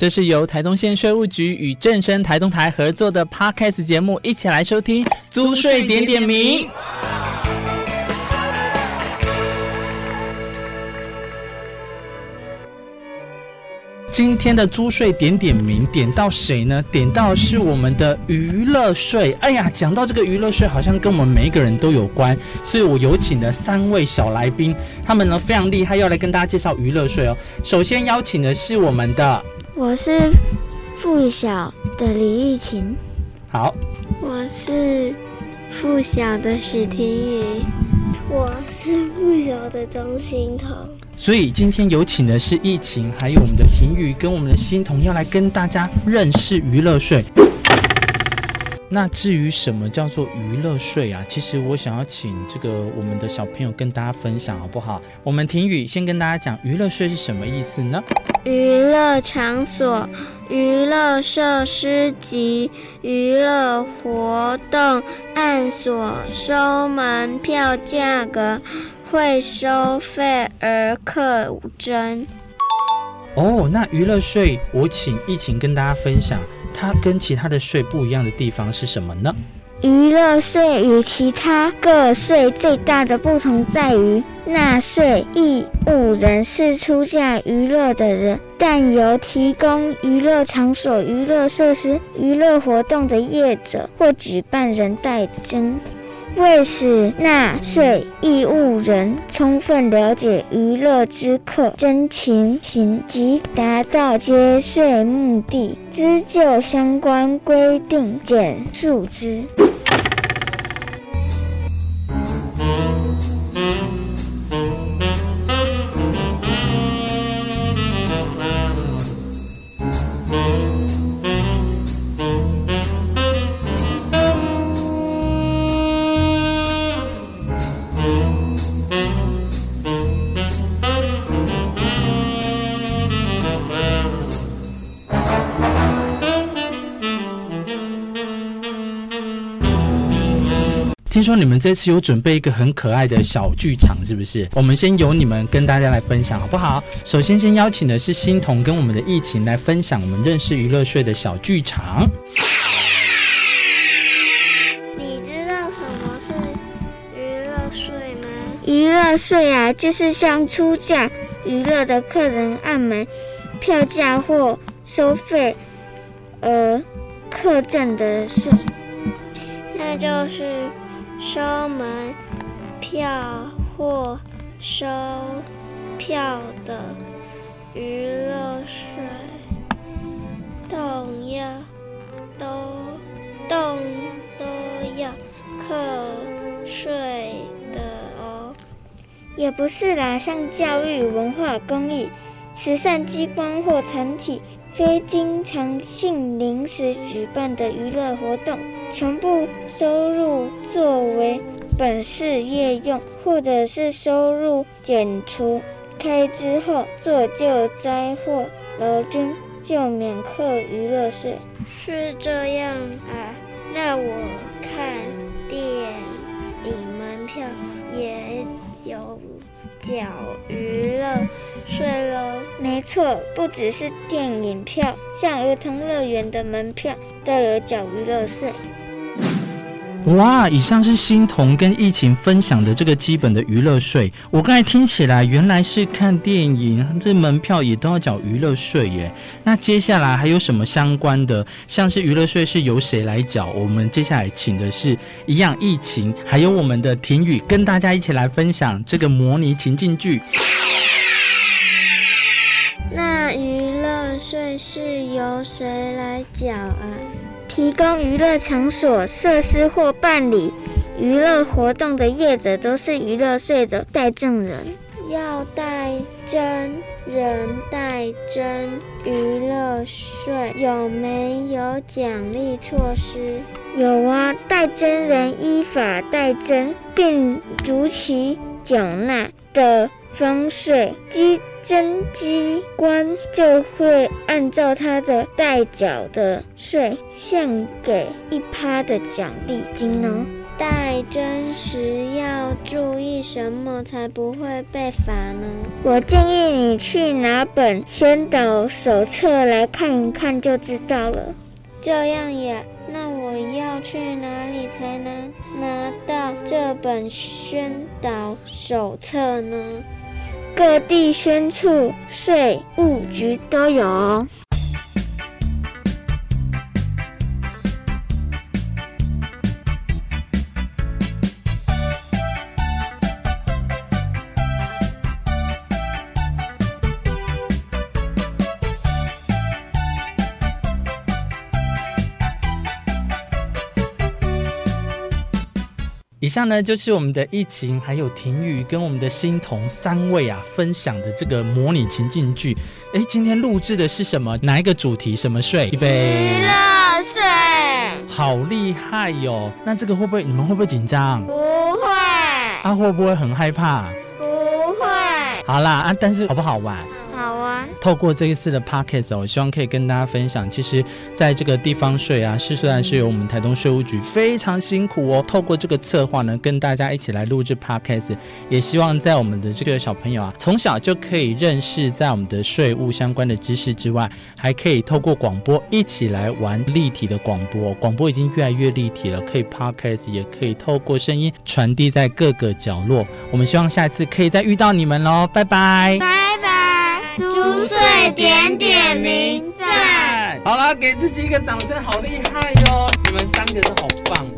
这是由台东县税务局与正声台东台合作的 Podcast 节目，一起来收听租税点点名。今天的租税点点名点到谁呢？点到是我们的娱乐税。哎呀，讲到这个娱乐税好像跟我们每一个人都有关，所以我有请了3位小来宾，他们呢非常厉害，要来跟大家介绍娱乐税哦。首先邀请的是我们的， 我是附小的李玉琴。 好， 我是附小的许廷宇。我是附小的钟欣彤。 所以今天有请的是疫情，还有我们的廷宇跟我们的欣彤，要来跟大家认识娱乐税。那至于什么叫做娱乐税啊，其实我想要请这个我们的小朋友跟大家分享好不好？我们廷宇先跟大家讲娱乐税是什么意思呢？ 娱乐场所、娱乐设施及娱乐活动按所收门票价格会收费而课征。 哦，那娱乐税我请疫情跟大家分享，它跟其他的税不一样的地方是什么呢？ 娱乐税与其他各税最大的不同在于，纳税义务人是出价娱乐的人，但由提供娱乐场所、娱乐设施、娱乐活动的业者或举办人代征。为使纳税义务人充分了解娱乐之课征情形及达到节税目的，兹就相关规定简述之。 听说你们这次有准备一个很可爱的小剧场，是不是？我们先由你们跟大家来分享好不好？首先邀请的是欣彤跟我们的疫情来分享我们认识娱乐税的小剧场。 你知道什么是娱乐税吗？ 娱乐税啊，就是向出价娱乐的客人按门票价或收费而课征的税。 那就是收门票或收票的娱乐税，都要课税的哦。 也不是啦，像教育、文化、公益、慈善机关或团体非经常性临时举办的娱乐活动，全部收入作为本事业用，或者是收入减除开支后做救灾或劳军，就免课娱乐税。 是这样啊，那我看电影门票也有缴娱乐税咯。 没错，不只是电影票，像儿童乐园的门票都有缴娱乐税。 哇，以上是欣彤跟疫情分享的这个基本的娱乐税。我刚才听起来原来是看电影，这门票也都要缴娱乐税耶。那接下来还有什么相关的，像是娱乐税是由谁来缴？我们接下来请的是一样疫情，还有我们的廷宇，跟大家一起来分享这个模拟情境剧。 那娱乐税是由谁来缴啊？ 提供娱乐场所、设施或办理娱乐活动的业者都是娱乐税的代征人。 要代征人代征娱乐税，有没有奖励措施？ 有啊，代征人依法代征，并逐其缴纳的方税，稽征机关就会按照他的代缴的税，献给1%的奖励金哦。 代征时要注意什么才不会被罚呢？ 我建议你去拿本宣导手册来看一看就知道了。 这样也，那我要去哪里才能拿到这本宣导手册呢？ 各地宣处、税务局都有哦。 以上呢就是我们的疫情还有婷宇跟我们的欣彤3位分享的这个模拟情境剧。今天录制的是什么？哪一个主题？什么税？预备， 娱乐税。 好厉害哟！那这个你们会不会紧张？ 不会。 会不会很害怕？ 不会。 好啦但是好不好玩？ 好玩。 透过这一次的 podcast 我希望可以跟大家分享，其实在这个地方税虽然是由我们台东税务局非常辛苦哦，透过这个策划呢跟大家一起来录制 podcast， 也希望在我们的这个小朋友从小就可以认识在我们的税务相关的知识之外，还可以透过广播一起来玩立体的广播已经越来越立体了，可以 podcast 也可以透过声音传递在各个角落。我们希望下一次可以再遇到你们咯，拜拜拜拜， 租税点点名赞。 好了，给自己一个掌声，好厉害哟！你们3个都好棒。